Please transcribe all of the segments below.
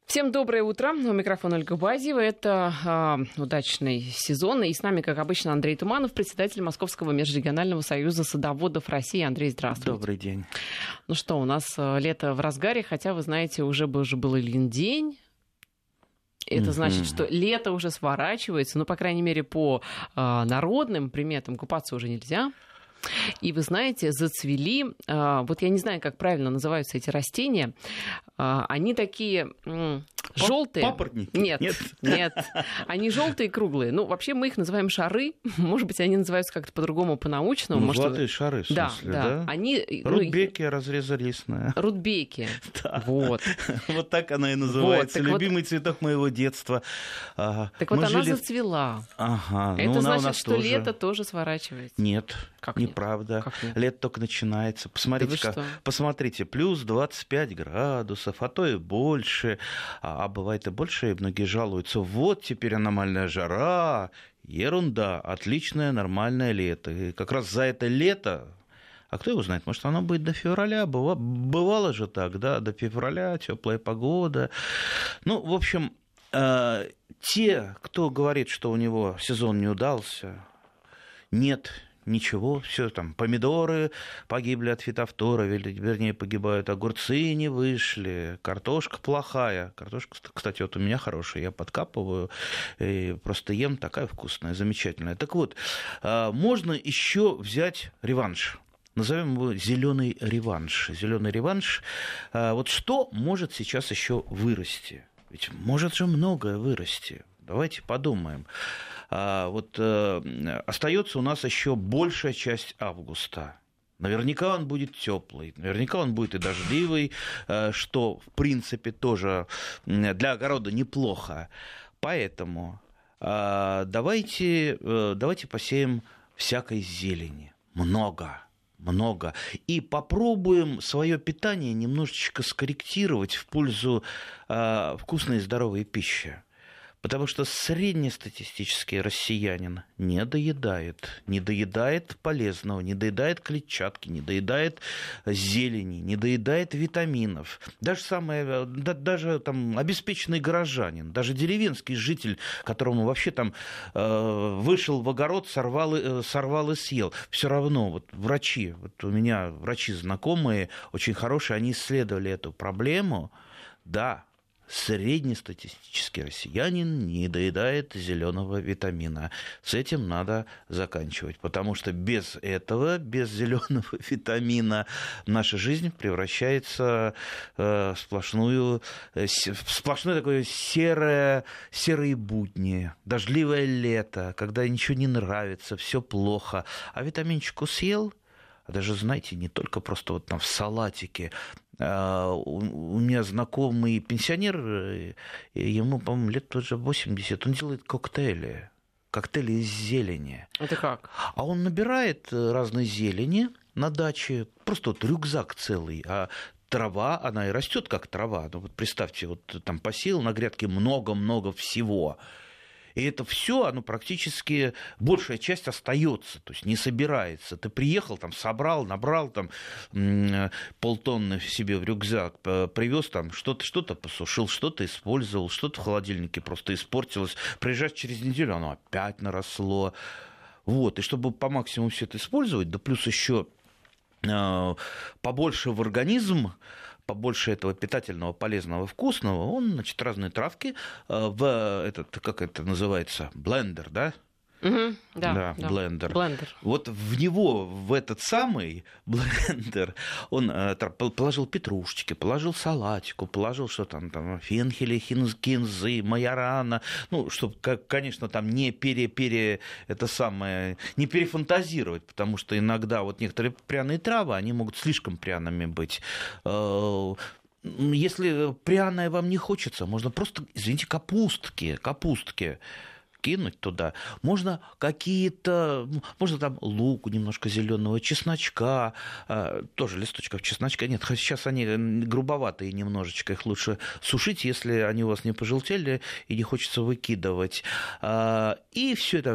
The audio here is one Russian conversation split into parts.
Всем доброе утро. У микрофона Ольга Базева. Это удачный сезон. И с нами, как обычно, Андрей Туманов, председатель Московского межрегионального союза садоводов России. Андрей, здравствуйте. Добрый день. Ну что, у нас лето в разгаре, хотя, вы знаете, уже был Ильин-день. Это значит, что лето уже сворачивается. Ну, по крайней мере, по народным приметам купаться уже нельзя. И вы знаете, зацвели, вот я не знаю, как правильно называются эти растения, они такие желтые. Папоротники? Нет. Они желтые и круглые. Ну, вообще мы их называем шары. Может быть, они называются как-то по-другому, по-научному. Ну, золотые шары, в смысле, да? Они, рудбеки, разрезолистная. Рудбеки. Да. Вот. Вот так она и называется. Любимый цветок моего детства. Так вот, она зацвела. Ага. Это значит, что лето тоже сворачивается. Нет. Как нет? Неправда. Как нет? Лето только начинается. Посмотрите, плюс 25 градусов, а то и больше. А бывает и больше, и многие жалуются. Вот теперь аномальная жара. Ерунда. Отличное, нормальное лето. И как раз за это лето, а кто его знает, может, оно будет до февраля. Бывало же так, да, до февраля, теплая погода. Ну, в общем, те, кто говорит, что у него сезон не удался, нет. Ничего, все там, помидоры погибли от фитофтора, вернее, погибают, огурцы не вышли, картошка плохая. Картошка, кстати, вот у меня хорошая, я подкапываю и просто ем, такая вкусная, замечательная. Так вот, можно еще взять реванш. Назовем его зеленый реванш. Зеленый реванш. Вот что может сейчас еще вырасти? Ведь может же многое вырасти. Давайте подумаем. Вот остается у нас еще большая часть августа. Наверняка он будет теплый, наверняка он будет и дождливый, что, в принципе, тоже для огорода неплохо. Поэтому давайте посеем всякой зелени. Много. И попробуем свое питание немножечко скорректировать в пользу вкусной и здоровой пищи. Потому что среднестатистический россиянин не доедает полезного, не доедает клетчатки, не доедает зелени, не доедает витаминов. Даже там обеспеченный горожанин, даже деревенский житель, которому вообще там вышел в огород, сорвал и съел. Все равно вот врачи, вот у меня врачи знакомые, очень хорошие, они исследовали эту проблему, да. Среднестатистический россиянин не доедает зеленого витамина. С этим надо заканчивать, потому что без этого, без зеленого витамина, наша жизнь превращается в сплошное такое серые будни, дождливое лето, когда ничего не нравится, все плохо, а витаминчику съел. Даже, знаете, не только просто вот там в салатике. У меня знакомый пенсионер, ему, по-моему, лет уже 80, он делает коктейли из зелени. Это как? А он набирает разной зелени на даче, просто вот рюкзак целый, а трава, она и растет как трава. Ну, вот представьте, вот там посеял на грядке много-много всего. И это все, оно практически, большая часть остается, то есть не собирается. Ты приехал, там, собрал, набрал там, полтонны себе в рюкзак, привез там, что-то посушил, что-то использовал, что-то в холодильнике просто испортилось. Приезжаешь через неделю, оно опять наросло. Вот. И чтобы по максимуму все это использовать, да плюс еще побольше в организм, побольше этого питательного, полезного, вкусного, он, значит, разные травки в этот, как это называется, блендер, да? Да, блендер. Вот в него, в этот самый блендер, он положил петрушечки, положил салатику, положил что там фенхели, кинзы, майорана, ну, чтобы, конечно, там не не перефантазировать, потому что иногда вот некоторые пряные травы, они могут слишком пряными быть. Если пряное вам не хочется, можно просто, извините, капустки кинуть туда. Можно там луку немножко зеленого, чесночка, тоже листочков чесночка. Нет, сейчас они грубоватые немножечко, их лучше сушить, если они у вас не пожелтели и не хочется выкидывать. И все это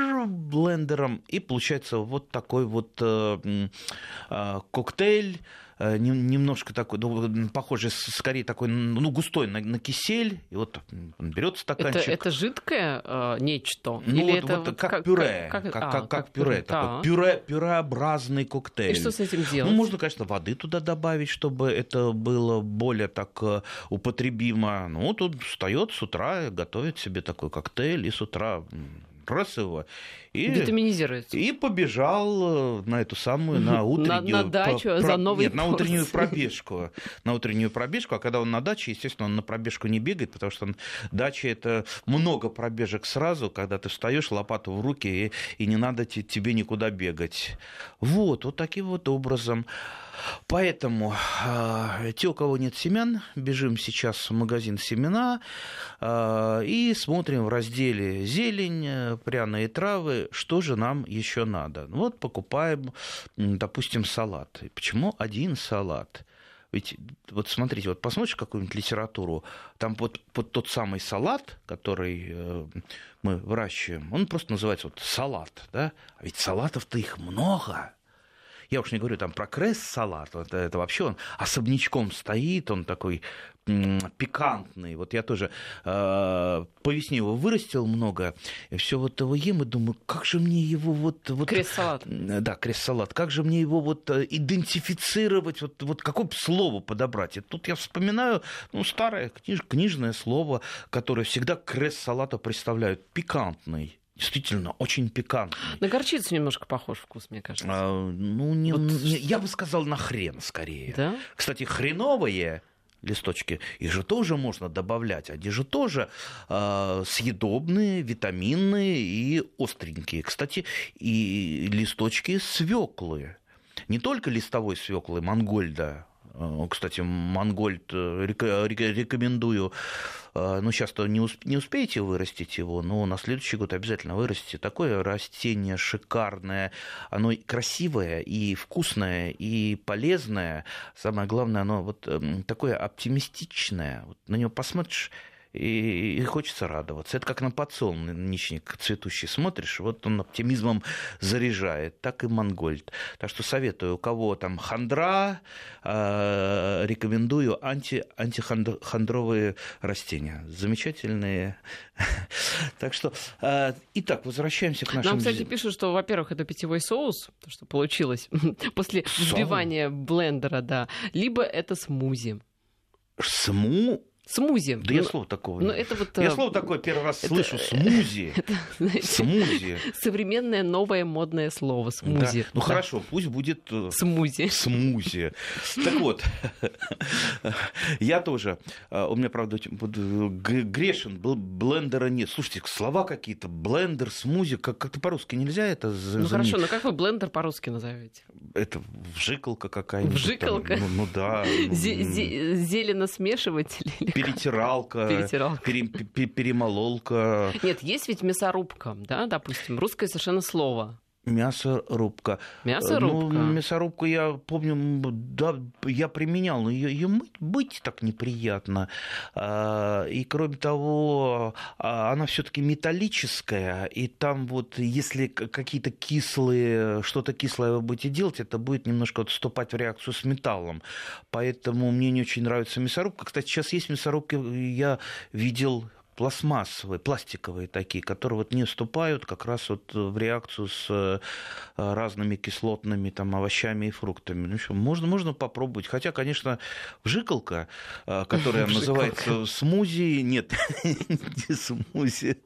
блендером, и получается вот такой вот коктейль немножко такой, похожий, скорее такой, густой на кисель, и вот он берет стаканчик. Это жидкое нечто? Или это как пюре, как пюре, такой пюреобразный коктейль. И что с этим делать? Можно, конечно, воды туда добавить, чтобы это было более так употребимо. Тут встает с утра, готовит себе такой коктейль, и с утра раз его. И витаминизируется. И побежал на эту самую, на утреннюю... На дачу за новой Нет, на утреннюю пробежку. На утреннюю пробежку, а когда он на даче, естественно, он на пробежку не бегает, потому что дача — это много пробежек сразу, когда ты встаешь, лопату в руки, и не надо тебе никуда бегать. Вот таким вот образом. Поэтому те, у кого нет семян, бежим сейчас в магазин «Семена» и смотрим в разделе «Зелень», «Пряные травы», что же нам еще надо. Вот покупаем, допустим, салат. Почему один салат? Ведь вот смотрите, вот посмотришь какую-нибудь литературу, там вот тот самый салат, который мы выращиваем, он просто называется салат, да? А ведь салатов-то их много. Я уж не говорю там про кресс-салат, это вообще он особнячком стоит, он такой пикантный. Вот я тоже по весне его вырастил много, и все его ем и думаю, как же мне его Кресс-салат. Да, кресс-салат. Как же мне его идентифицировать, какое слово подобрать? И тут я вспоминаю старое книжное слово, которое всегда к кресс-салату представляют. Пикантный. Действительно, очень пикантный. На горчицу немножко похож вкус, мне кажется. Я бы сказал, на хрен скорее. Да? Кстати, хреновые листочки, их же тоже можно добавлять. Они же тоже съедобные, витаминные и остренькие. Кстати, и листочки свеклы. Не только листовой свеклы Мангольда. Кстати, Мангольд рекомендую. Сейчас-то не успеете вырастить его, но на следующий год обязательно вырастите. Такое растение шикарное. Оно красивое и вкусное, и полезное. Самое главное, оно такое оптимистичное. На него посмотришь, и хочется радоваться. Это как на подсолнечник цветущий смотришь, он оптимизмом заряжает. Так и Мангольд. Так что советую, у кого там хандра, рекомендую антихандровые растения. Замечательные. Так что, итак, возвращаемся к нашим... Нам, кстати, пишут, что, во-первых, это питьевой соус, то, что получилось после взбивания блендера, да, либо это смузи. Смузи. Да я слово такого не Я слово такое первый раз слышу. Смузи. Смузи. Современное новое модное слово. Смузи. Да. Хорошо, пусть будет смузи. Смузи. Так вот, я тоже, у меня, правда, грешен, блендера нет. Слушайте, слова какие-то, блендер, смузи, как-то по-русски нельзя это заменить? Хорошо, но как вы блендер по-русски назовете? Это вжикалка какая-нибудь. Вжикалка? Да. Зелено-смешиватель? Перетиралка. Перемололка. Нет, есть ведь мясорубка, да, допустим, русское совершенно слово. Мясорубка. Мясорубку я помню, да, я применял, но ее мыть так неприятно. И кроме того, она все-таки металлическая, и там если какие-то что-то кислое вы будете делать, это будет немножко вступать в реакцию с металлом. Поэтому мне не очень нравится мясорубка. Кстати, сейчас есть мясорубки, я видел пластмассовые, пластиковые такие, которые не вступают как раз в реакцию с разными кислотными овощами и фруктами. Можно попробовать. Хотя, конечно, вжикалка, которая называется смузи, нет, не смузи.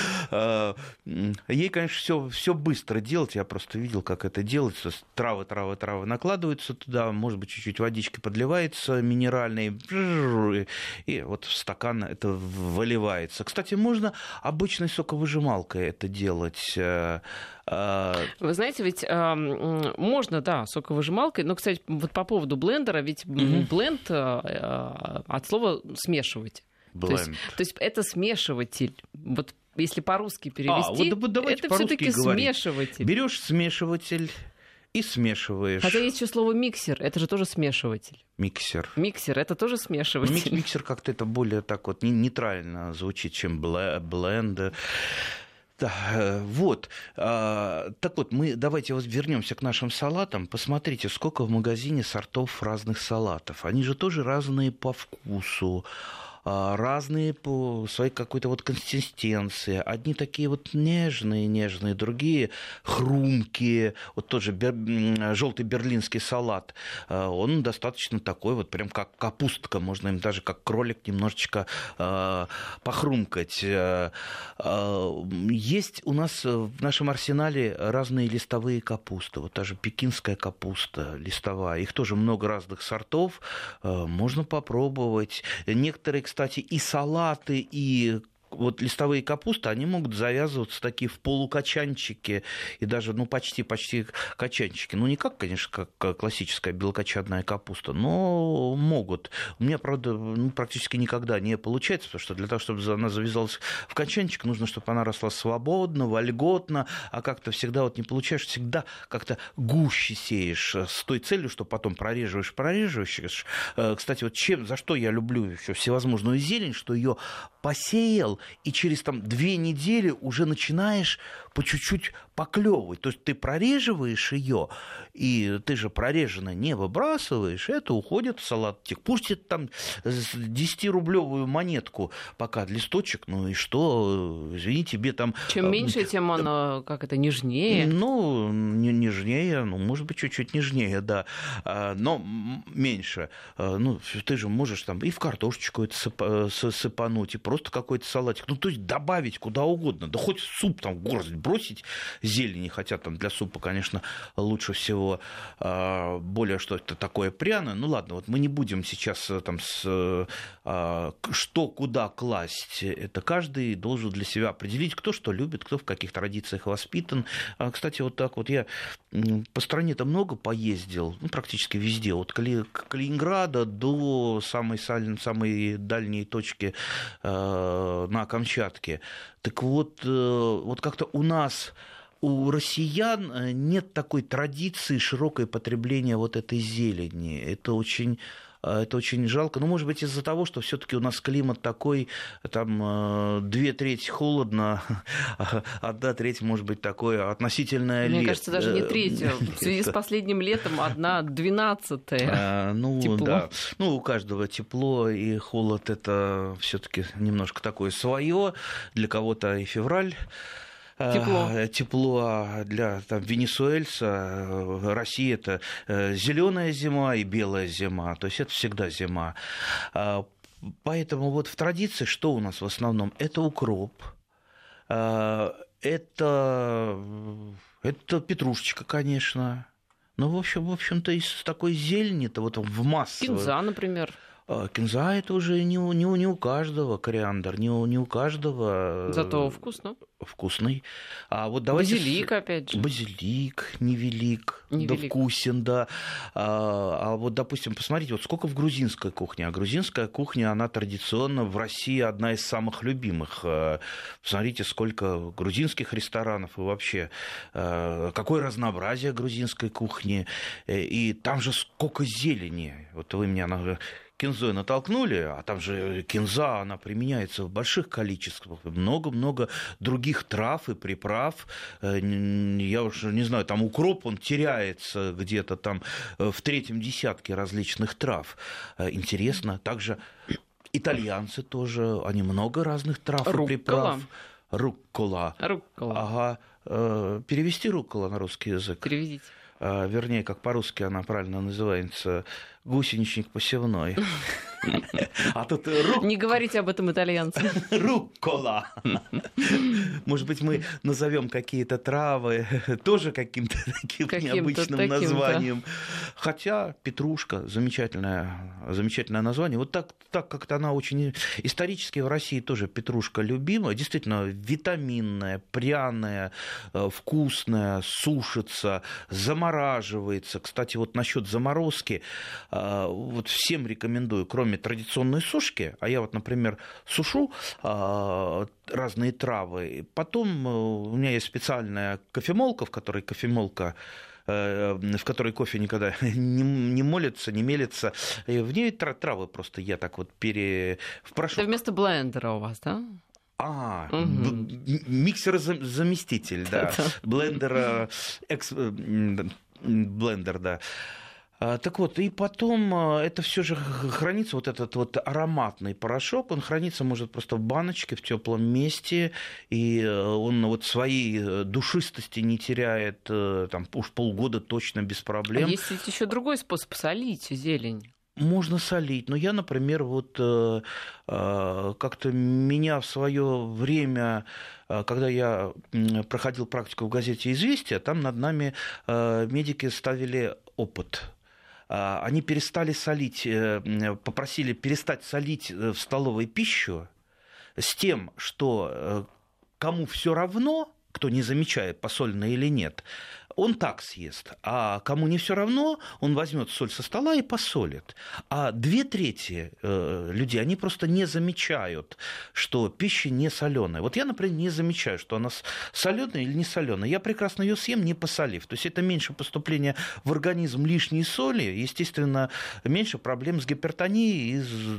Ей, конечно, все быстро делать. Я просто видел, как это делается. Травы накладываются туда, может быть, чуть-чуть водички подливается минеральной, и в стакан это выливается. Кстати, можно обычной соковыжималкой это делать. Вы знаете, ведь можно, да, соковыжималкой, но, кстати, по поводу блендера, ведь бленд от слова «смешивать». То есть это смешиватель. Если по-русски перевести, это все-таки смешиватель. Берешь смешиватель и смешиваешь. Хотя есть еще слово «миксер», это же тоже смешиватель. Миксер, это тоже смешиватель. Миксер как-то это более так нейтрально звучит, чем бленд. Вот. Так вот, мы давайте вернемся к нашим салатам. Посмотрите, сколько в магазине сортов разных салатов. Они же тоже разные по вкусу, разные по своей какой-то вот консистенции. Одни такие вот нежные, другие хрумкие. Вот тот же желтый берлинский салат, он достаточно такой вот прям как капустка, можно им даже как кролик немножечко похрумкать. Есть у нас в нашем арсенале разные листовые капусты. Вот та же пекинская капуста листовая. Их тоже много разных сортов. Можно попробовать. Некоторые, кстати, и салаты, и вот листовые капусты, они могут завязываться такие в полукачанчики и даже, почти качанчики. Не как, конечно, как классическая белокочанная капуста, но могут. У меня, правда, практически никогда не получается, потому что для того, чтобы она завязалась в качанчик, нужно, чтобы она росла свободно, вольготно, а как-то всегда вот не получаешь, всегда как-то гуще сеешь с той целью, что потом прореживаешь. Кстати, вот за что я люблю еще всевозможную зелень, что ее посеял, и через 2 недели уже начинаешь по чуть-чуть поклевывать. То есть ты прореживаешь ее, и ты же прореженное не выбрасываешь, это уходит в салатик. Пусть это 10-рублевую монетку пока листочек, и что, извини, тебе там... Чем меньше, тем оно, нежнее. Нежнее, может быть, чуть-чуть нежнее, да, но меньше. Ты же можешь и в картошечку это сыпануть, и просто какой-то салатик. То есть добавить куда угодно. Да хоть суп горсть бросить зелени, хотя для супа, конечно, лучше всего более что-то такое пряное. Ладно, вот мы не будем сейчас что куда класть. Это каждый должен для себя определить, кто что любит, кто в каких традициях воспитан. Кстати, вот так вот я по стране-то много поездил, практически везде, от Калининграда до самой дальней точки на Камчатке. Так вот как-то у россиян нет такой традиции широкое потребление вот этой зелени. Это очень жалко. Может быть, из-за того, что все-таки у нас климат такой, 2/3 холодно, 1/3, может быть, такое относительное лето. Мне кажется, даже не треть. В связи с последним летом 1/12 тепло. Да. У каждого тепло и холод — это все-таки немножко такое свое. Для кого-то и февраль. Тепло для венесуэльца. Россия — это зеленая зима и белая зима. То есть это всегда зима. Поэтому вот в традиции что у нас в основном? Это укроп, это петрушечка, конечно. В общем-то, из такой зелени-то вот в массовой... Кинза, например. Кинза — это уже не у каждого, кориандр, не у каждого. Зато вкусно. Вкусный. А вот давайте... Базилик, опять же. Базилик невелик, да вкусен, да. А вот, допустим, посмотрите, вот сколько в грузинской кухне. А грузинская кухня, она традиционно в России одна из самых любимых. Посмотрите, сколько грузинских ресторанов и вообще какое разнообразие грузинской кухни. И там же сколько зелени. Вот вы меня кинзой натолкнули, а там же кинза, она применяется в больших количествах, много-много других трав и приправ. Я уж не знаю, там укроп, он теряется где-то там в 3-м десятке различных трав. Интересно. Также итальянцы тоже, они много разных трав и приправ. Руккола. Ага. Перевести руккола на русский язык? Переведите. Вернее, как по-русски она правильно называется, гусеничник посевной. А тут не говорите об этом итальянцам. Руккола. Может быть, мы назовем какие-то травы тоже каким-то таким необычным названием. Хотя петрушка замечательное название. Вот так как-то она очень исторически в России тоже петрушка любима. Действительно витаминная, пряная, вкусная, сушится, замораживается. Кстати, вот насчет заморозки, вот всем рекомендую, кроме традиционной сушки, а я вот, например, сушу разные травы, потом у меня есть специальная кофемолка, в которой кофе никогда не молится, не мелится. И в ней травы просто я так вот в порошок. Это вместо блендера у вас, да? Миксер-заместитель, да. Блендер, блендер, да. Так вот, и потом это все же хранится, вот этот вот ароматный порошок, он хранится, может, просто в баночке, в теплом месте, и он вот своей душистости не теряет, там, уж полгода точно без проблем. А есть ведь еще другой способ солить зелень. Можно солить, но я, например, вот как-то меня в свое время, когда я проходил практику в газете «Известия», там над нами медики ставили опыт. Они перестали солить, попросили перестать солить в столовой пищу с тем, что кому все равно, кто не замечает, посолено или нет, он так съест. А кому не все равно, он возьмет соль со стола и посолит. А 2/3 людей, они просто не замечают, что пища не соленая. Вот я, например, не замечаю, что она соленая или не соленая. Я прекрасно ее съем, не посолив. То есть это меньше поступления в организм лишней соли, естественно, меньше проблем с гипертонией и с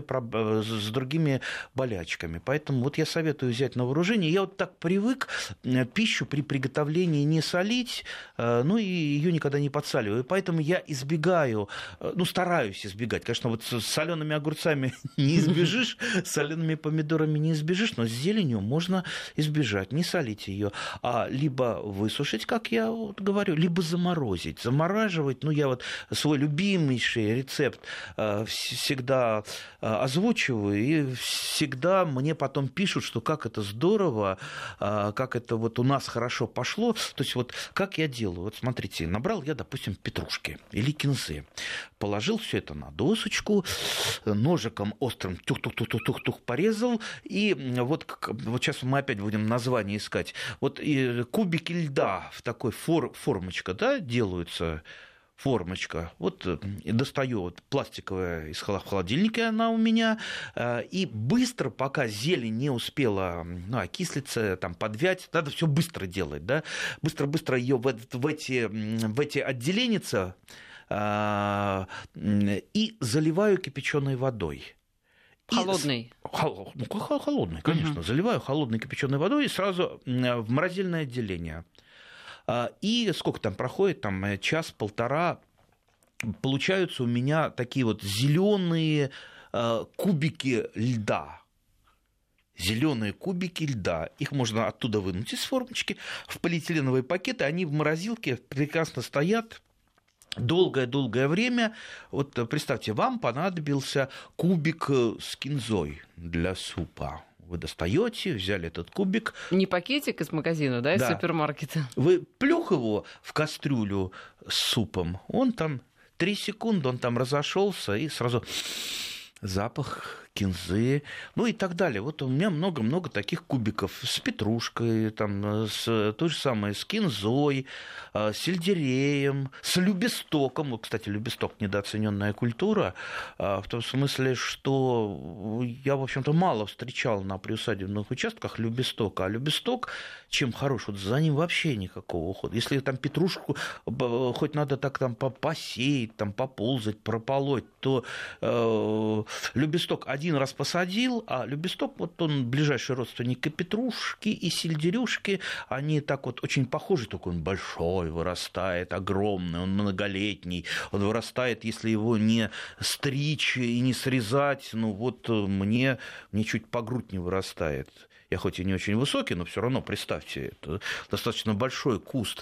другими болячками. Поэтому вот я советую взять на вооружение. Я вот так привык пищу при приготовлении не солить, ну и ее никогда не подсаливаю. Поэтому я избегаю, стараюсь избегать. Конечно, вот с солеными огурцами не избежишь, с солеными помидорами не избежишь, но с зеленью можно избежать. Не солить ее, а либо высушить, как я вот говорю, либо заморозить. Замораживать, я вот свой любимейший рецепт всегда озвучиваю, и всегда мне потом пишут, что как это здорово, как это вот у нас хорошо пошло. То есть вот как я делаю? Вот смотрите, набрал я, допустим, петрушки или кинзы, положил все это на досочку, ножиком острым тух-тух-тух-тух-тух порезал, и вот сейчас мы опять будем название искать. Вот кубики льда в такой формочка, да, делаются. Формочка. Вот достаю, вот пластиковая из холодильника она у меня, и быстро, пока зелень не успела окислиться, там, подвять, надо все быстро делать, да, быстро-быстро ее в эти отделения и заливаю кипяченой водой. Холодной? Холодной, конечно. Заливаю холодной кипяченой водой и сразу в морозильное отделение. И сколько там проходит, там час-полтора, получаются у меня такие вот зеленые кубики льда. Зеленые кубики льда. Их можно оттуда вынуть из формочки в полиэтиленовые пакеты. Они в морозилке прекрасно стоят долгое-долгое время. Вот представьте, вам понадобился кубик с кинзой для супа. Вы достаете, взяли этот кубик. Не пакетик из магазина, да, из супермаркета. Вы плюх его в кастрюлю с супом, он там 3 секунды, он там разошелся, и сразу запах кинзы, и так далее. Вот у меня много-много таких кубиков с петрушкой, там, с той же самой, с кинзой, с сельдереем, с любестоком. Вот, кстати, любесток – недооцененная культура, в том смысле, что я, в общем-то, мало встречал на приусадебных участках любестока. А любесток чем хорош? Вот за ним вообще никакого ухода. Если там петрушку хоть надо так там посеять, там, поползать, прополоть, то любесток один раз посадил, а любесток, вот он ближайший родственник и петрушки, и сельдерюшки, они так вот очень похожи, только он большой, вырастает, огромный, он многолетний, он вырастает, если его не стричь и не срезать, мне чуть по грудь не вырастает. Я хоть и не очень высокий, но все равно, представьте, это достаточно большой куст.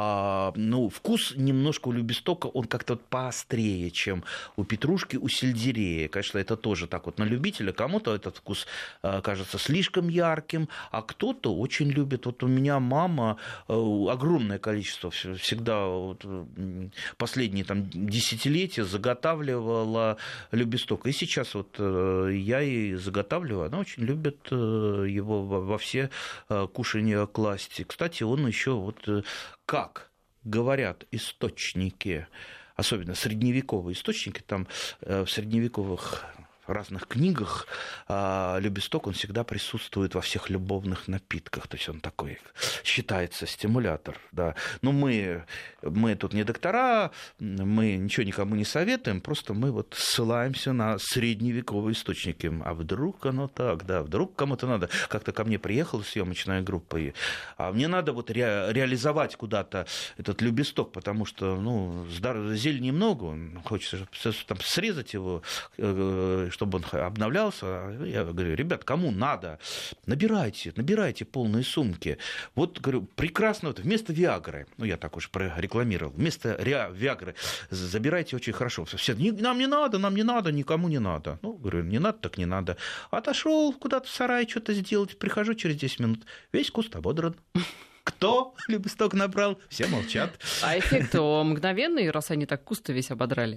Вкус немножко у любестока, он как-то поострее, чем у петрушки, у сельдерея. Конечно, это тоже так вот на любителя. Кому-то этот вкус кажется слишком ярким, а кто-то очень любит. Вот у меня мама огромное количество всегда последние десятилетия заготавливала любесток. И сейчас вот я и заготавливаю. Она очень любит его во все кушания класть. Кстати, он еще как говорят источники, особенно средневековые источники, там в средневековых разных книгах любисток, он всегда присутствует во всех любовных напитках. То есть он такой считается стимулятор. Да. Но мы тут не доктора, мы ничего никому не советуем, просто мы вот ссылаемся на средневековые источники. А вдруг оно так, да, вдруг кому-то надо. Как-то ко мне приехала съемочная группа, а мне надо вот реализовать куда-то этот любисток, потому что, зелени много, хочется там срезать его, чтобы он обновлялся. Я говорю, ребят, кому надо, набирайте полные сумки. Вот, говорю, прекрасно, вот, вместо Виагры, я так уж прорекламировал, вместо Виагры забирайте очень хорошо. Все, нам не надо, никому не надо. Говорю, не надо, так не надо. Отошел куда-то в сарай что-то сделать, прихожу через 10 минут, весь куст ободран. Кто любисток набрал? Все молчат. А эффект мгновенный, раз они так куст весь ободрали?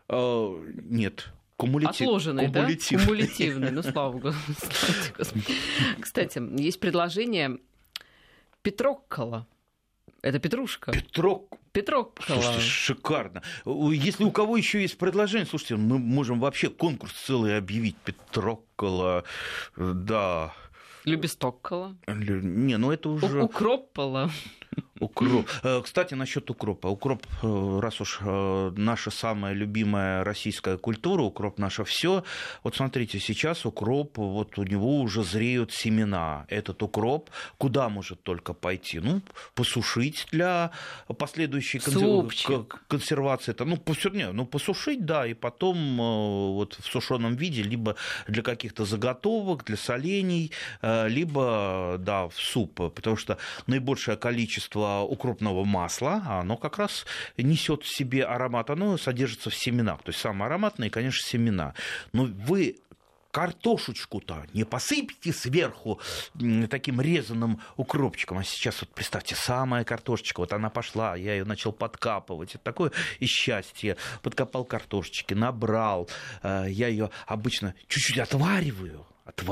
Нет. Отложенный, да? Кумулятивный, слава Господи. Кстати, есть предложение Петроккола. Это петрушка. Петроккола. Слушайте, шикарно. Если у кого еще есть предложение, слушайте, мы можем вообще конкурс целый объявить. Петроккола, да. Любистоккола. Это уже... Укроппола. Укроп. Кстати, насчет укропа. Укроп, раз уж наша самая любимая российская культура, укроп наше все. Вот смотрите, сейчас укроп, вот у него уже зреют семена. Этот укроп куда может только пойти? Посушить для последующей консервации. Посушить, да, и потом вот в сушеном виде, либо для каких-то заготовок, для солений, либо, да, в суп. Потому что наибольшее количество укропного масла, оно как раз несет в себе аромат, оно содержится в семенах. То есть самые ароматные, конечно, семена. Но вы картошечку-то не посыпьте сверху таким резаным укропчиком. А сейчас вот представьте, самая картошечка, вот она пошла, я ее начал подкапывать. Это такое и счастье. Подкопал картошечки, набрал. Я ее обычно чуть-чуть отвариваю,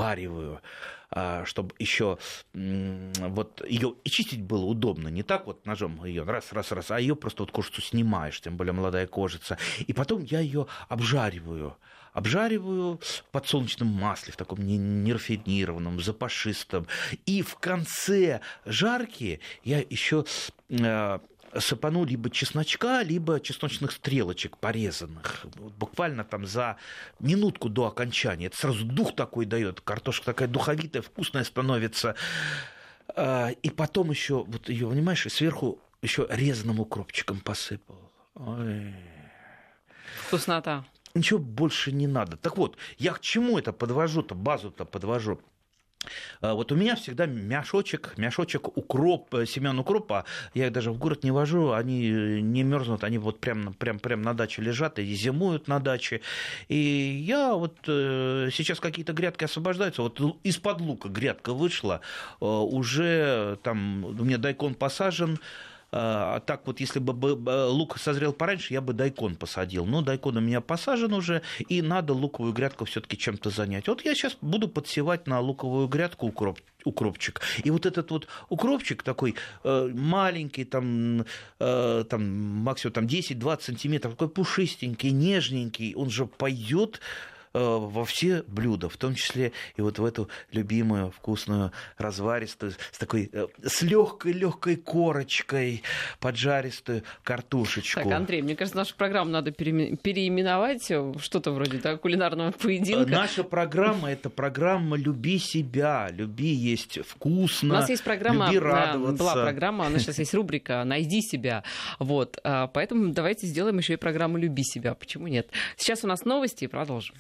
чтобы еще вот ее и чистить было удобно. Не так вот ножом ее раз, а ее просто вот кожицу снимаешь, тем более молодая кожица. И потом я ее обжариваю в подсолнечном масле, в таком нерафинированном, запашистом. И в конце жарки я еще сыпану либо чесночка, либо чесночных стрелочек порезанных. Буквально там за минутку до окончания. Это сразу дух такой дает. Картошка такая духовитая, вкусная становится. И потом еще вот ее, понимаешь, сверху еще резаным укропчиком посыпал. Ой. Вкуснота. Ничего больше не надо. Так вот, я к чему это подвожу-то, базу-то подвожу? Вот у меня всегда мешочек семян укропа, я их даже в город не вожу, они не мерзнут, они вот прям на даче лежат и зимуют на даче. И я вот сейчас какие-то грядки освобождаются, вот из-под лука грядка вышла, уже там у меня дайкон посажен. А так вот, если бы лук созрел пораньше, я бы дайкон посадил. Но дайкон у меня посажен уже, и надо луковую грядку все-таки чем-то занять. Вот я сейчас буду подсевать на луковую грядку укропчик. И вот этот вот укропчик такой маленький, там максимум 10-20 сантиметров, такой пушистенький, нежненький, он же пойдет во все блюда, в том числе и вот в эту любимую, вкусную, разваристую, с легкой корочкой поджаристую картошечку. Так, Андрей, мне кажется, нашу программу надо переименовать, что-то вроде кулинарного поединка. Наша программа — это программа «Люби себя», «Люби есть вкусно», у нас есть программа, «Люби радоваться». Была программа, она сейчас есть рубрика «Найди себя». Вот, поэтому давайте сделаем еще и программу «Люби себя». Почему нет? Сейчас у нас новости и продолжим.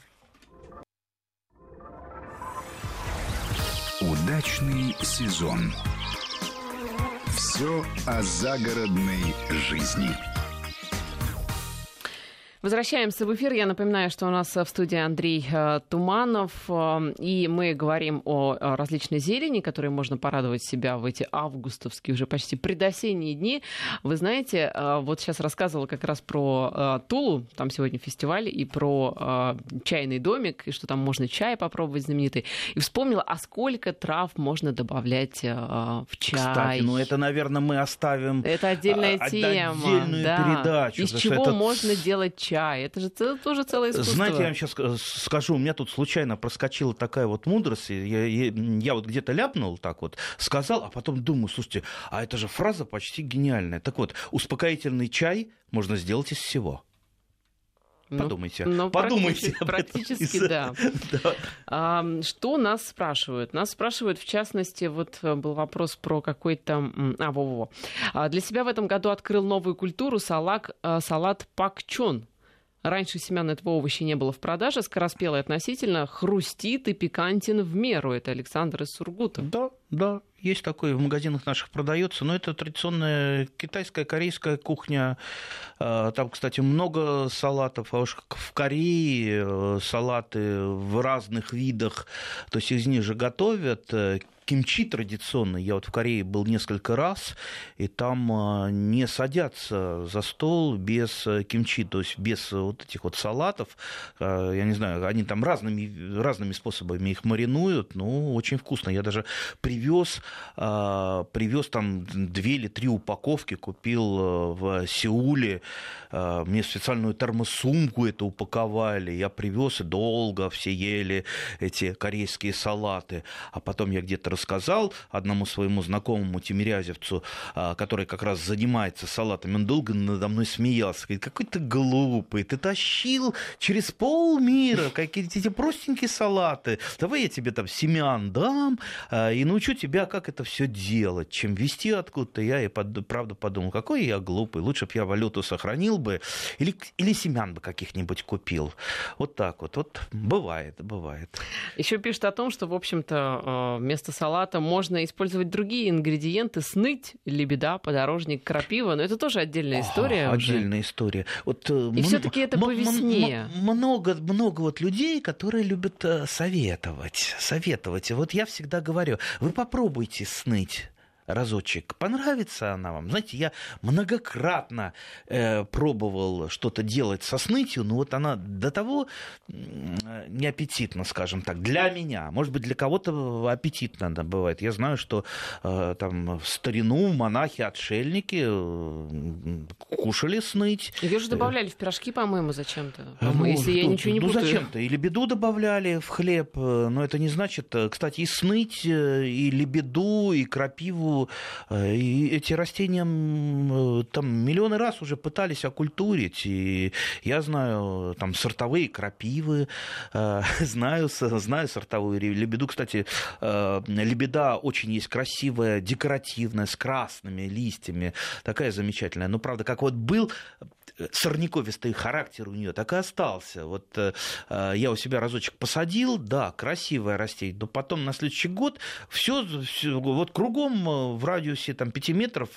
Удачный сезон. Все о загородной жизни. Возвращаемся в эфир. Я напоминаю, что у нас в студии Андрей Туманов, и мы говорим о различной зелени, которой можно порадовать себя в эти августовские, уже почти предосенние дни. Вы знаете, вот сейчас рассказывала как раз про Тулу, там сегодня фестиваль, и про чайный домик, и что там можно чай попробовать знаменитый. И вспомнила, а сколько трав можно добавлять в чай. Кстати, это, наверное, мы оставим это отдельная тема, отдельную передачу. Из чего можно делать чай? чай. Это же тоже целое искусство. Знаете, я вам сейчас скажу, у меня тут случайно проскочила такая вот мудрость, я вот где-то ляпнул так вот, сказал, а потом думаю, слушайте, а это же фраза почти гениальная. Так вот, успокоительный чай можно сделать из всего. Подумайте. Подумайте. Практически, да. Что нас спрашивают? Нас спрашивают, в частности, вот был вопрос про какой-то... Для себя в этом году открыл новую культуру салат пакчон. Раньше семян этого овоща не было в продаже, скороспелый относительно, хрустит и пикантен в меру. Это Александр из Сургута. Да, есть такое, в магазинах наших продается, но это традиционная китайская, корейская кухня. Там, кстати, много салатов, а уж в Корее салаты в разных видах, то есть из них же готовят. Кимчи традиционный, я вот в Корее был несколько раз, и там не садятся за стол без кимчи, то есть без вот этих вот салатов. Я не знаю, они там разными способами их маринуют, но очень вкусно. Я даже привез там 2 или 3 упаковки, купил в Сеуле, мне специальную термосумку это упаковали, я привез и долго все ели эти корейские салаты, а потом я где-то рассказал одному своему знакомому тимирязевцу, который как раз занимается салатами, он долго надо мной смеялся, говорит, какой ты глупый, ты тащил через полмира какие-то эти простенькие салаты, давай я тебе там семян дам и научу тебя, как это все делать, чем везти откуда-то. Я и правда подумал, какой я глупый, лучше бы я валюту сохранил бы или семян бы каких-нибудь купил. Вот так вот бывает. Еще пишет о том, что, в общем-то, вместо салата можно использовать другие ингредиенты: сныть, лебеда, подорожник, крапива. Но это тоже отдельная история. Отдельная история. И все-таки это по весне. Много вот людей, которые любят советовать. И вот я всегда говорю, вы попробуйте сныть разочек. Понравится она вам? Знаете, я многократно пробовал что-то делать со снытью, но вот она до того неаппетитна, скажем так, для меня. Может быть, для кого-то аппетитно она бывает. Я знаю, что там в старину монахи-отшельники кушали сныть. Ее же добавляли в пирожки, по-моему, зачем-то. Если я ничего не путаю. Зачем-то. И лебеду добавляли в хлеб, но это не значит... Кстати, и сныть, и лебеду, и крапиву, и эти растения там миллионы раз уже пытались окультурить, и я знаю там сортовые крапивы, знаю сортовую лебеду. Кстати, лебеда очень есть красивая, декоративная, с красными листьями, такая замечательная. Но, правда, как вот был сорняковистый характер у нее, так и остался. Вот я у себя разочек посадил, да, красивое растение, но потом на следующий год все вот кругом в радиусе там, 5 метров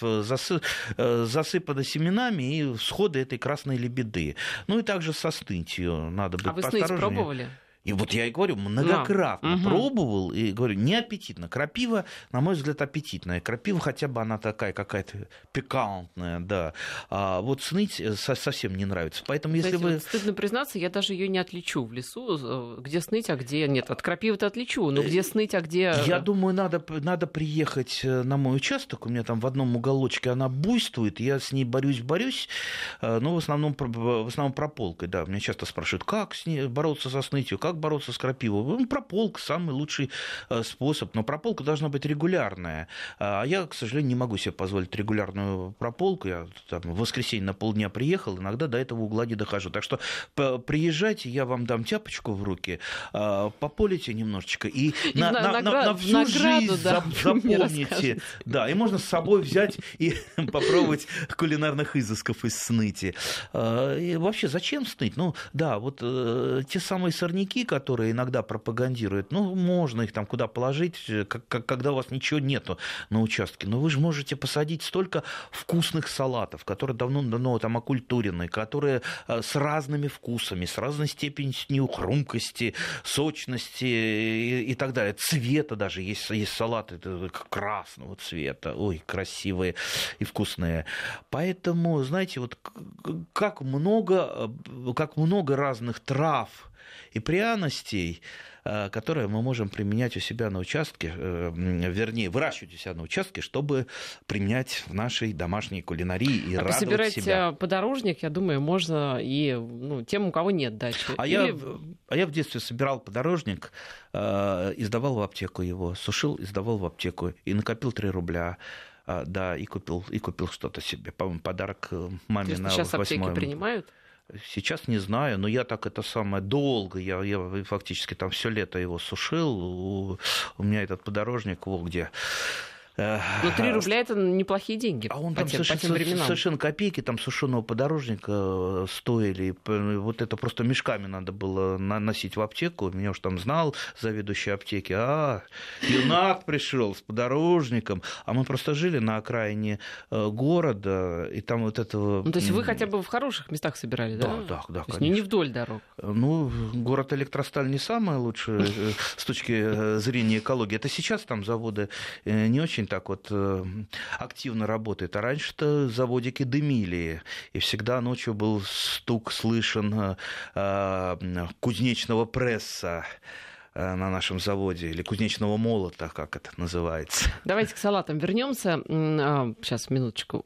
засыпано семенами и всходы этой красной лебеды. Ну и также со снытью надо быть поосторожнее. А вы сныть пробовали? И вот я и говорю, многократно пробовал, и говорю, неаппетитно. Крапива, на мой взгляд, аппетитная. Крапива хотя бы она такая какая-то пикантная, да. А вот сныть совсем не нравится. Поэтому если вы... Вот, стыдно признаться, я даже ее не отличу в лесу, где сныть, а где нет. От крапивы-то отличу, но где сныть, а где... Я думаю, надо приехать на мой участок. У меня там в одном уголочке она буйствует, я с ней борюсь, но в основном прополкой, да. Меня часто спрашивают, как с ней бороться со снытью, как бороться с крапивой? Прополка самый лучший способ, но прополка должна быть регулярная. А я, к сожалению, не могу себе позволить регулярную прополку. Я там, в воскресенье на полдня приехал, иногда до этого угла не дохожу. Так что приезжайте, я вам дам тяпочку в руки, пополите немножечко и на всю жизнь запомните. Да, и можно с собой взять и попробовать кулинарных изысков из сныти. И вообще, зачем сныть? Ну, да, вот те самые сорняки, которые иногда пропагандируют, можно их там куда положить, когда у вас ничего нету на участке. Но вы же можете посадить столько вкусных салатов, которые давно там окультурены, которые с разными вкусами, с разной степенью хрумкости, сочности и так далее. Цвета даже. Есть салаты красного цвета. Ой, красивые и вкусные. Поэтому, знаете, вот как много разных трав и пряностей которое мы можем применять у себя на участке, вернее, выращивать у себя на участке, чтобы применять в нашей домашней кулинарии и радовать пособирать себя. Подорожник, я думаю, можно и тем, у кого нет дачи. Я в детстве собирал подорожник, издавал в аптеку его, сушил, издавал в аптеку и накопил 3 рубля. Да, и купил что-то себе. По-моему, подарок маме на 8 сейчас аптеки принимают? Сейчас не знаю, но я так это самое долго, я фактически там все лето его сушил. У меня этот подорожник, где... Но 3 рубля это неплохие деньги. А он там совершенно копейки там сушеного подорожника стоили. Вот это просто мешками надо было носить в аптеку. Меня уж там знал заведующий аптеки. Юнак пришел с подорожником. А мы просто жили на окраине города, и там вот этого... то есть вы хотя бы в хороших местах собирали, да? Да, то есть не вдоль дорог. Город Электросталь не самое лучшее с точки зрения экологии. Это сейчас там заводы не очень так вот активно работает. А раньше-то заводики дымили, и всегда ночью был стук слышен кузнечного пресса на нашем заводе, или кузнечного молота, как это называется. Давайте к салатам вернемся. Сейчас, минуточку.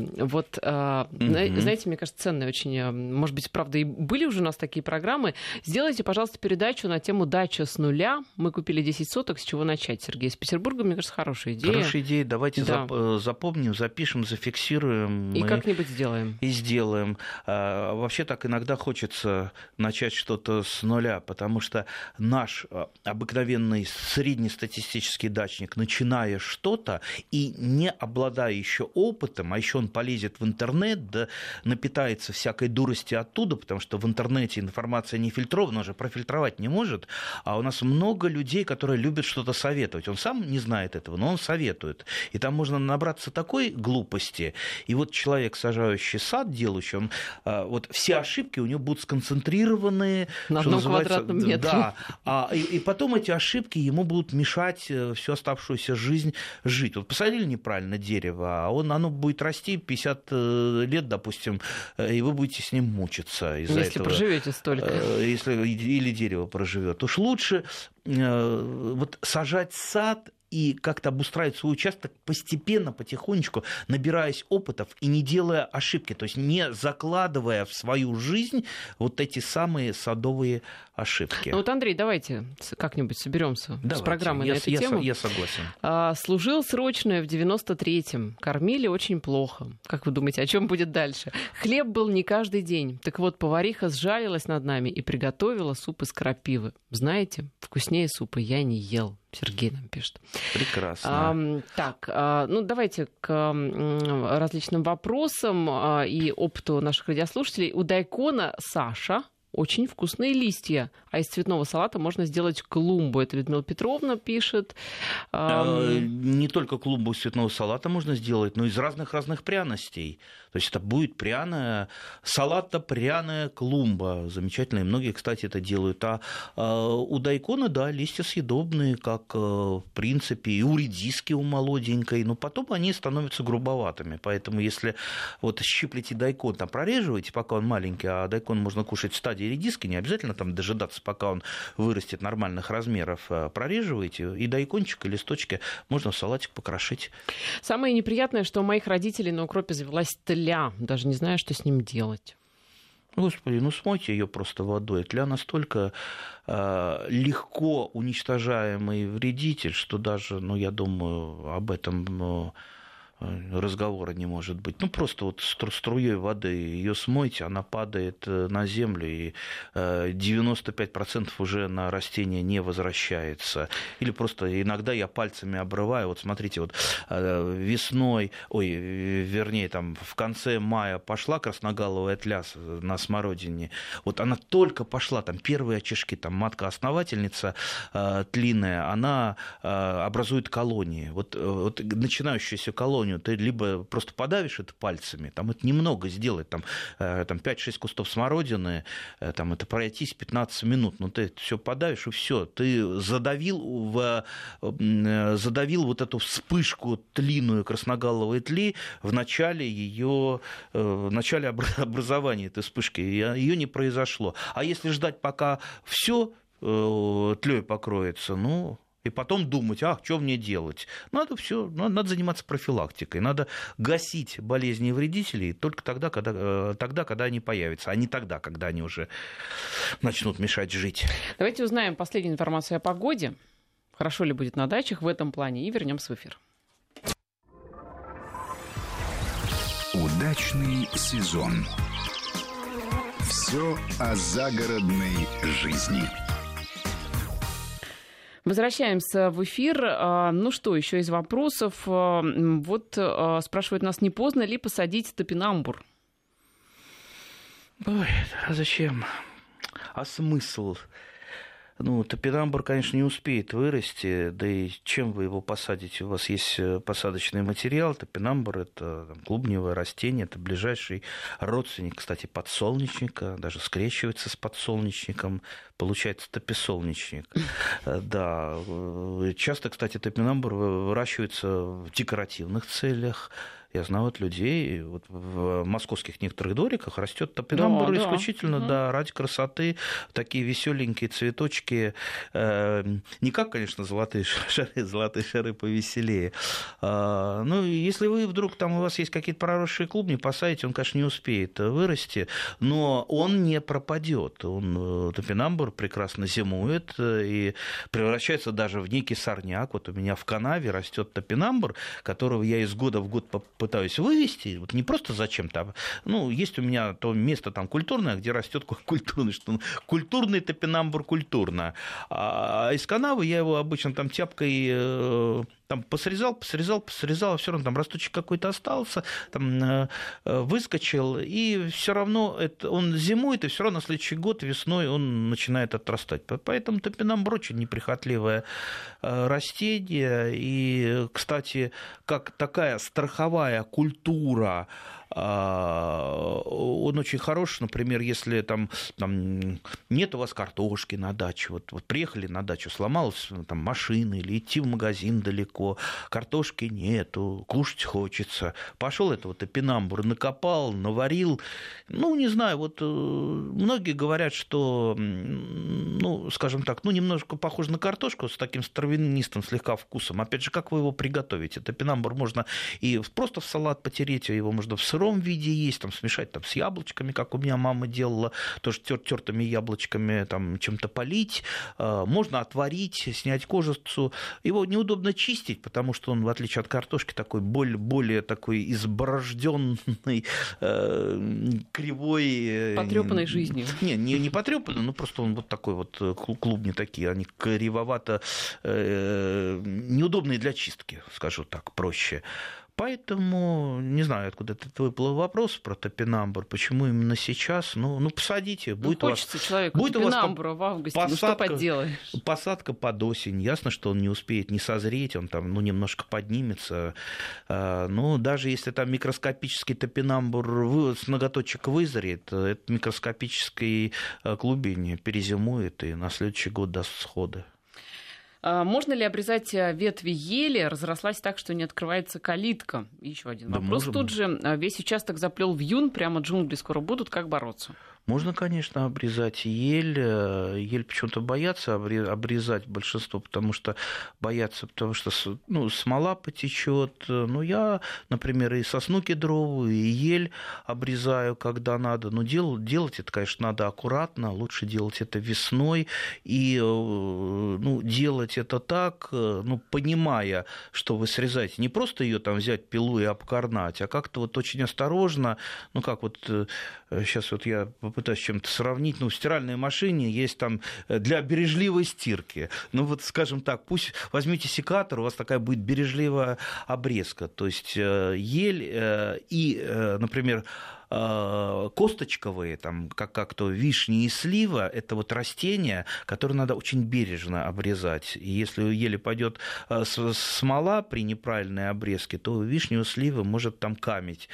Знаете, мне кажется, ценные очень, может быть, правда, и были уже у нас такие программы. Сделайте, пожалуйста, передачу на тему «Дача с нуля». Мы купили 10 соток, с чего начать, Сергей? Из Петербурга, мне кажется, хорошая идея. Хорошая идея. Давайте запомним, запишем, зафиксируем. И как-нибудь сделаем. И сделаем. Вообще так иногда хочется начать что-то с нуля, потому что наш обыкновенный среднестатистический дачник, начиная что-то и не обладая еще опытом, а еще он полезет в интернет, да, напитается всякой дурости оттуда, потому что в интернете информация не фильтрована, он же профильтровать не может, а у нас много людей, которые любят что-то советовать. Он сам не знает этого, но он советует. И там можно набраться такой глупости. И вот человек, сажающий сад, делающий, он, вот все ошибки у него будут сконцентрированы на одном квадратном метре. Да, и потом эти ошибки ему будут мешать всю оставшуюся жизнь жить. Вот посадили неправильно дерево, а оно будет расти 50 лет, допустим, и вы будете с ним мучиться из-за этого. Если проживете столько. Или дерево проживет. Уж лучше вот сажать сад и как-то обустраивать свой участок постепенно, потихонечку, набираясь опытов и не делая ошибки, то есть не закладывая в свою жизнь вот эти самые садовые ошибки. Ну вот, Андрей, давайте как-нибудь соберемся с программой на эту тему. Я согласен. Служил срочно в 93-м. Кормили очень плохо. Как вы думаете, о чем будет дальше? Хлеб был не каждый день. Так вот, повариха сжалилась над нами и приготовила суп из крапивы. Знаете, вкуснее супа я не ел. Сергей нам пишет. Прекрасно. Давайте к различным вопросам и опыту наших радиослушателей. У дайкона Саша очень вкусные листья. А из цветного салата можно сделать клумбу. Это Людмила Петровна пишет. Не только клумбу из цветного салата можно сделать, но из разных пряностей. То есть это будет пряная, салата-пряная клумба. Замечательно. И многие, кстати, это делают. А у дайкона, да, листья съедобные, как в принципе и у редиски, у молоденькой. Но потом они становятся грубоватыми. Поэтому если вот щиплете дайкон, там прореживаете, пока он маленький, а дайкон можно кушать в стадии редиски, не обязательно там дожидаться, пока он вырастет нормальных размеров. Прореживаете, и дайкончик, и листочки можно в салатик покрошить. Самое неприятное, что у моих родителей на укропе завелась тля. Даже не знаю, что с ним делать. Господи, смойте ее просто водой. Тля настолько легко уничтожаемый вредитель, что даже, я думаю, об этом разговора не может быть. Просто вот струей воды ее смойте, она падает на землю, и 95% уже на растение не возвращается. Или просто иногда я пальцами обрываю. Вот смотрите, вот весной, там в конце мая пошла красногаловая тля на смородине. Вот она только пошла, там первые очишки, там матка-основательница тлиная, она образует колонии. Вот начинающуюся колонию ты либо просто подавишь это пальцами, там это немного сделать, там 5-6 кустов смородины, там это пройтись 15 минут, ты все подавишь, и все, ты задавил вот эту вспышку тлиную красногаловой тли в начале образования этой вспышки, ее не произошло. А если ждать, пока все тлей покроется, и потом думать, что мне делать? Надо заниматься профилактикой, надо гасить болезни и вредителей только тогда, когда они появятся, а не тогда, когда они уже начнут мешать жить. Давайте узнаем последнюю информацию о погоде. Хорошо ли будет на дачах в этом плане, и вернемся в эфир. Удачный сезон. Все о загородной жизни. Возвращаемся в эфир. Что, еще из вопросов? Спрашивают нас, не поздно ли посадить топинамбур? Ой, а зачем? А смысл? Топинамбур, конечно, не успеет вырасти, да и чем вы его посадите? У вас есть посадочный материал, топинамбур – это клубневое растение, это ближайший родственник, кстати, подсолнечника, даже скрещивается с подсолнечником, получается тописолнечник. Да, часто, кстати, топинамбур выращивается в декоративных целях. Я знаю от людей, в московских некоторых двориках растет топинамбур исключительно ради красоты, такие веселенькие цветочки, не как, конечно, золотые шары повеселее. Если вы вдруг у вас есть какие-то проросшие клубни, посадите, он, конечно, не успеет вырасти, но он не пропадет. Топинамбур прекрасно зимует и превращается даже в некий сорняк. У меня в канаве растет топинамбур, которого я из года в год пытаюсь вывести, не просто зачем-то, есть у меня то место культурное, где растет культурный топинамбур культурно, а из канавы я его обычно тяпкой посрезал, а все равно росточек какой-то остался, выскочил, и все равно он зимует, и все равно на следующий год весной он начинает отрастать. Поэтому топинамбур очень неприхотливое растение, и, кстати, как такая страховая культура, он очень хорош, например, если нет у вас картошки на даче, приехали на дачу, сломалась машина или идти в магазин далеко, картошки нету, кушать хочется, пошел этого топинамбура, накопал, наварил, не знаю, многие говорят, что, скажем так, немножко похож на картошку с таким травянистым слегка вкусом, опять же, как вы его приготовите? Топинамбур можно и просто в салат потереть, его можно в сыром виде есть, смешать с яблочками, как у меня мама делала, тоже тертыми яблочками, чем-то полить, можно отварить, снять кожицу. Его неудобно чистить, потому что он, в отличие от картошки, такой более такой изборожденный, кривой. Потрепанной жизнью. Не потрепанный, просто он такой клубни такие, они кривовато, неудобные для чистки, скажу так, проще. Поэтому, не знаю, откуда этот выплыл вопрос про топинамбур, почему именно сейчас, посадите. Хочется человеку топинамбура в августе, что поделаешь. Посадка под осень, ясно, что он не успеет не созреть, он немножко поднимется, даже если микроскопический топинамбур с ноготочек вызреет, этот микроскопический клубень перезимует и на следующий год даст всходы. Можно ли обрезать ветви ели? Разрослась так, что не открывается калитка. Еще один вопрос. Тут же весь участок заплел вьюн, прямо джунгли скоро будут. Как бороться? Можно, конечно, обрезать ель. Ель почему-то боятся обрезать большинство, потому что смола потечет. Я, например, и сосну кедровую, и ель обрезаю, когда надо. Но делать это, конечно, надо аккуратно. Лучше делать это весной. И делать это так, понимая, что вы срезаете. Не просто ее взять пилу и обкорнать, а как-то очень осторожно. Сейчас я попытаюсь чем-то сравнить. В стиральной машине есть для бережливой стирки. Скажем так, пусть возьмите секатор, у вас такая будет бережливая обрезка. То есть ель и, например, косточковые, как то вишни и слива, это растения, которые надо очень бережно обрезать. И если у ели пойдет смола при неправильной обрезке, то у вишни и сливы может камедь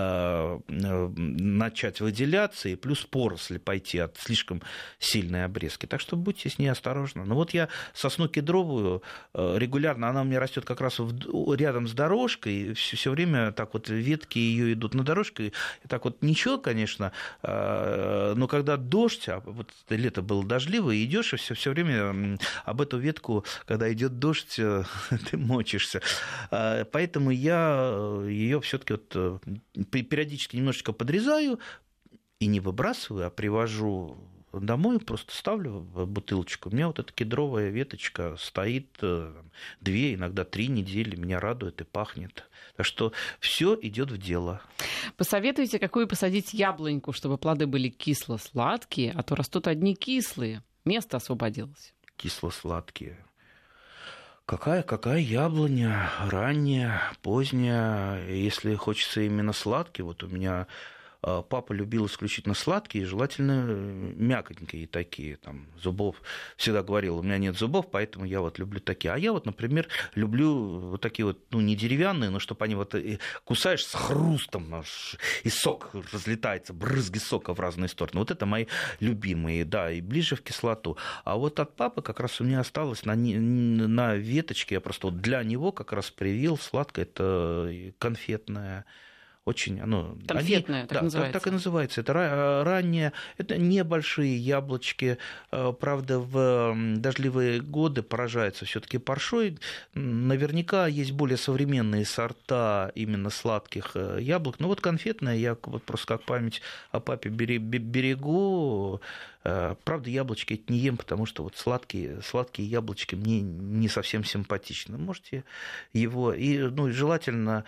начать выделяться, и плюс поросли пойти от слишком сильной обрезки. Так что будьте с ней осторожны. Я сосну кедровую регулярно, она у меня растет как раз рядом с дорожкой, и все время ветки ее идут на дорожке, и так вот ничего, конечно, но когда дождь, а вот лето было дождливое, идешь и все время об эту ветку, когда идет дождь, ты мочишься. Поэтому я ее все-таки вот периодически немножечко подрезаю и не выбрасываю, а привожу домой, просто ставлю в бутылочку. У меня вот эта кедровая веточка стоит 2, иногда 3 недели, меня радует и пахнет. Так что все идет в дело. Посоветуйте, какую посадить яблоньку, чтобы плоды были кисло-сладкие, а то растут одни кислые. Место освободилось. Кисло-сладкие. Какая яблоня? Ранняя, поздняя. Если хочется именно сладкий, вот у меня папа любил исключительно сладкие, желательно мяконькие такие, там, зубов. Всегда говорил, у меня нет зубов, поэтому я вот люблю такие. А я вот, например, люблю вот такие вот, ну, не деревянные, но чтобы они вот кусаешь с хрустом, и сок разлетается, брызги сока в разные стороны. Вот это мои любимые, да, и ближе в кислоту. А вот от папы как раз у меня осталось на веточке, я просто вот для него как раз привил сладкое, это конфетное. Очень оно... Конфетное, так называется. Так и называется. Это раннее, это небольшие яблочки. Правда, в дождливые годы поражаются все-таки паршой. Наверняка есть более современные сорта именно сладких яблок. Но вот конфетное я вот просто как память о папе берегу. Правда, яблочки это не ем, потому что вот сладкие яблочки мне не совсем симпатичны. Можете его... И, ну, желательно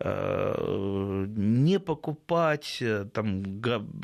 не покупать там,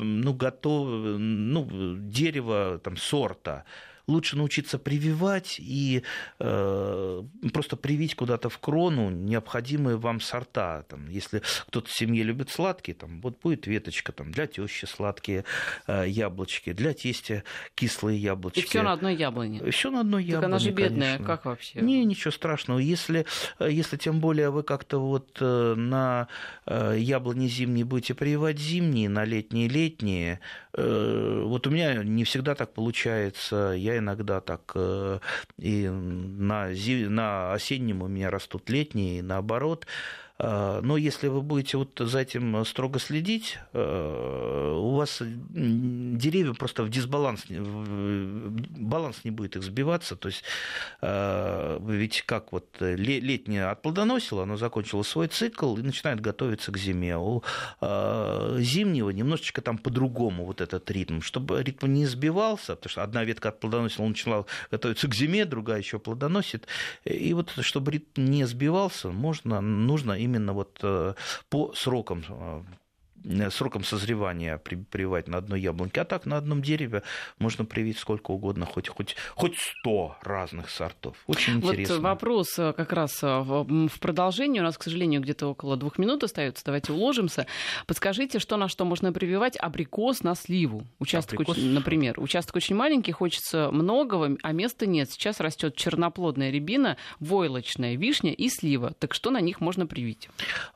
дерево там, сорта. Лучше научиться прививать и просто привить куда-то в крону необходимые вам сорта. Там, если кто-то в семье любит сладкие, там, вот будет веточка там, для тещи сладкие яблочки, для тестя кислые яблочки. И все на одной яблоне. Все на одной яблоне. Так она же бедная, конечно. Как вообще? Ничего страшного. Если тем более вы как-то вот на яблони зимние будете прививать зимние, на летние, вот у меня не всегда так получается. Я иногда так и на осеннем у меня растут летние, и наоборот. Но если вы будете вот за этим строго следить, у вас деревья просто в дисбаланс, баланс не будет их сбиваться. То есть ведь как вот летнее отплодоносило, оно закончило свой цикл и начинает готовиться к зиме. У зимнего немножечко там по-другому вот этот ритм. Чтобы ритм не сбивался, потому что одна ветка отплодоносила, начала готовиться к зиме, другая еще плодоносит. И вот чтобы ритм не сбивался, нужно именно вот по срокам созревания прививать на одной яблоньке, а так на одном дереве можно привить сколько угодно, хоть 100 разных сортов. Очень интересно. Вот вопрос как раз в продолжении. У нас, к сожалению, где-то около 2 минут остается. Давайте уложимся. Подскажите, что на что можно прививать абрикос на сливу? Например, участок очень маленький, хочется многого, а места нет. Сейчас растет черноплодная рябина, войлочная вишня и слива. Так что на них можно привить?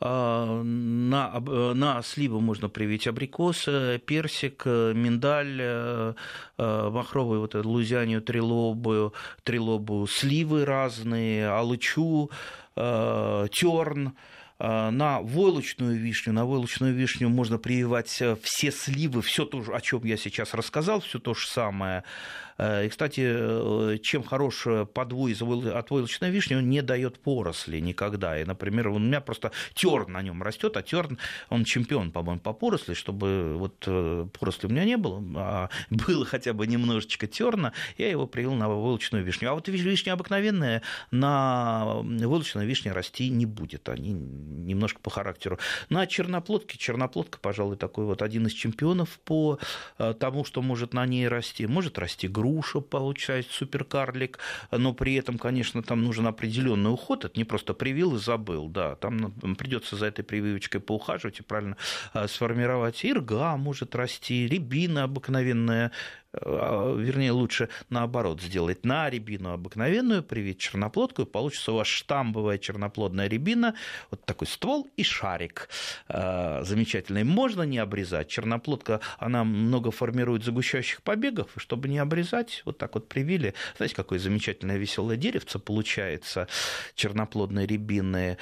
На сливу можно привить абрикос, персик, миндаль, махровую вот эту лузянию, трилобу, сливы разные, алычу, терн. На войлочную вишню можно прививать все сливы, все то, о чем я сейчас рассказал, все то же самое. И, кстати, чем хорош подвой от войлочной вишни, он не дает поросли никогда. И, например, у меня просто терн на нем растет, а терн, он чемпион, по-моему, по поросли, чтобы вот поросли у меня не было, а было хотя бы немножечко терна, я его привил на войлочную вишню. А вот вишня обыкновенная на войлочной вишне расти не будет, они немножко по характеру. На черноплодка, пожалуй, такой вот один из чемпионов по тому, что может на ней расти. Может расти груша, получается, суперкарлик, но при этом, конечно, там нужен определенный уход, это не просто привил и забыл, да, там придется за этой прививочкой поухаживать и правильно сформировать. Ирга может расти, рябина обыкновенная, вернее, лучше наоборот сделать на рябину обыкновенную, привить черноплодку, и получится у вас штамбовая черноплодная рябина, вот такой ствол и шарик замечательный. Можно не обрезать. Черноплодка, она много формирует загущающих побегов, и чтобы не обрезать, вот так вот привили. Знаете, какое замечательное веселое деревце получается черноплодной рябины.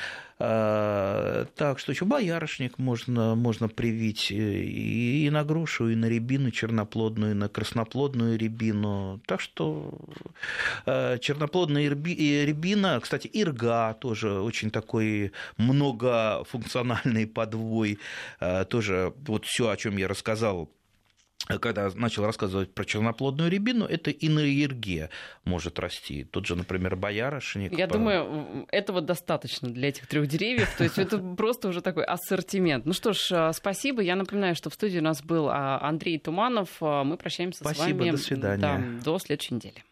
Так, что еще? Боярышник можно привить и на грушу, и на рябину черноплодную, и на красноплодную рябину. Так что черноплодная рябина, кстати, ирга тоже очень такой многофункциональный подвой, тоже вот все, о чем я рассказал, когда начал рассказывать про черноплодную рябину, это и на ирге может расти. Тот же, например, боярышник. Я думаю, этого достаточно для этих 3 деревьев. То есть это просто уже такой ассортимент. Ну что ж, спасибо. Я напоминаю, что в студии у нас был Андрей Туманов. Мы прощаемся с вами. Спасибо, до свидания. До следующей недели.